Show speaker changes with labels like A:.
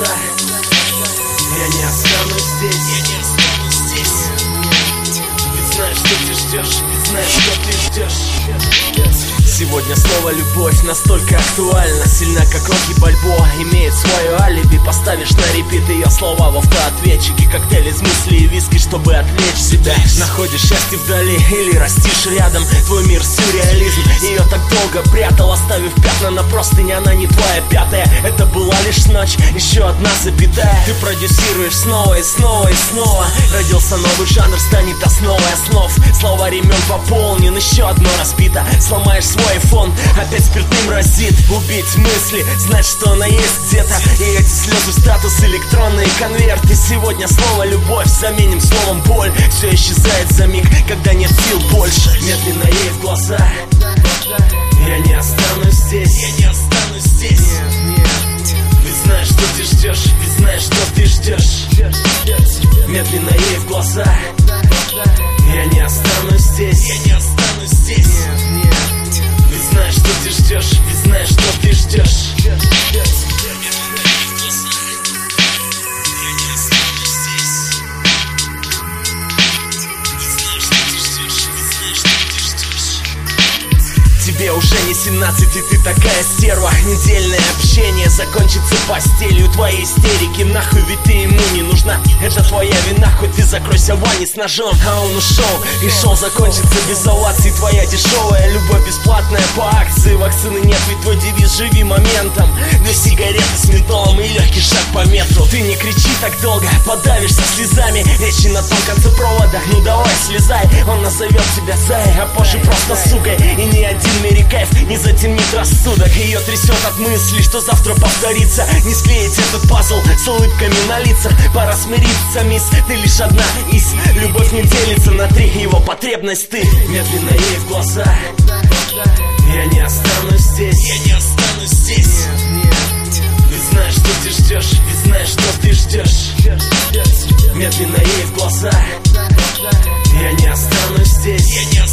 A: глаза. Я не останусь здесь. Ведь знаешь, что ты ждешь. Ведь знаешь, что ты ждешь. Сегодня слово «любовь» настолько актуально, сильна, как Рокки Бальбоа, имеет свое алиби. Поставишь на репит ее слова в автоответчике, коктейль из мыслей и виски, чтобы отвлечь себя. Находишь счастье вдали или растишь рядом. Твой мир сюрреализм. Ее так долго прятал, оставив пятна на простыне. Она не твоя пятая, это была лишь ночь, еще одна запятая. Ты продюсируешь снова и снова и снова. Родился новый жанр, станет основой основ. Словарь имен пополнен, еще одно разбито. Сломаешь свой айфон, опять спиртным разит. Убить мысли, знать, что она есть где-то. И эти слезы, статус, электронные конверты. Сегодня слово «любовь» заменим словом «боль». Все исчезает за миг, когда нет сил больше. Медленно ей в глаза. Я не останусь здесь. Я не останусь здесь. Ведь знаешь, что ты ждешь. Ведь знаешь, что ты ждешь. Медленно ей в глаза. Я не останусь здесь. Я не останусь здесь. Ведь знаешь, что ты ждешь. Ведь знаешь, что ты ждешь. Тебе уже не 17, и ты такая стерва. Недельное общение закончится постелью. Твои истерики нахуй, ведь ты ему не нужна. Это твоя вина, хоть ты закройся в ванне с ножом. А он ушел, и шоу закончится без оваций. Твоя дешевая любовь бесплатная по акции. Вакцины нет, ведь твой девиз «живи моментом». 2 сигареты с ментолом и легкий шаг по метру. Ты не кричи так долго, подавишься слезами. Речи на том конце провода, ну давай слезай. Он назовет тебя Зай, а позже просто сукой. И ни один кайф не затемнит рассудок. Ее трясет от мысли, что завтра повторится. Не склеить этот пазл с улыбками на лицах. Пора смириться, мисс, ты лишь одна из. Любовь не делится на 3, его потребность ты. Медленно ей в глаза. Я не останусь здесь. Я не останусь здесь. Ведь знаешь, что ты ждешь. Ведь знаешь, что ты ждешь. Медленно ей в глаза. Я не останусь здесь. Я не останусь здесь.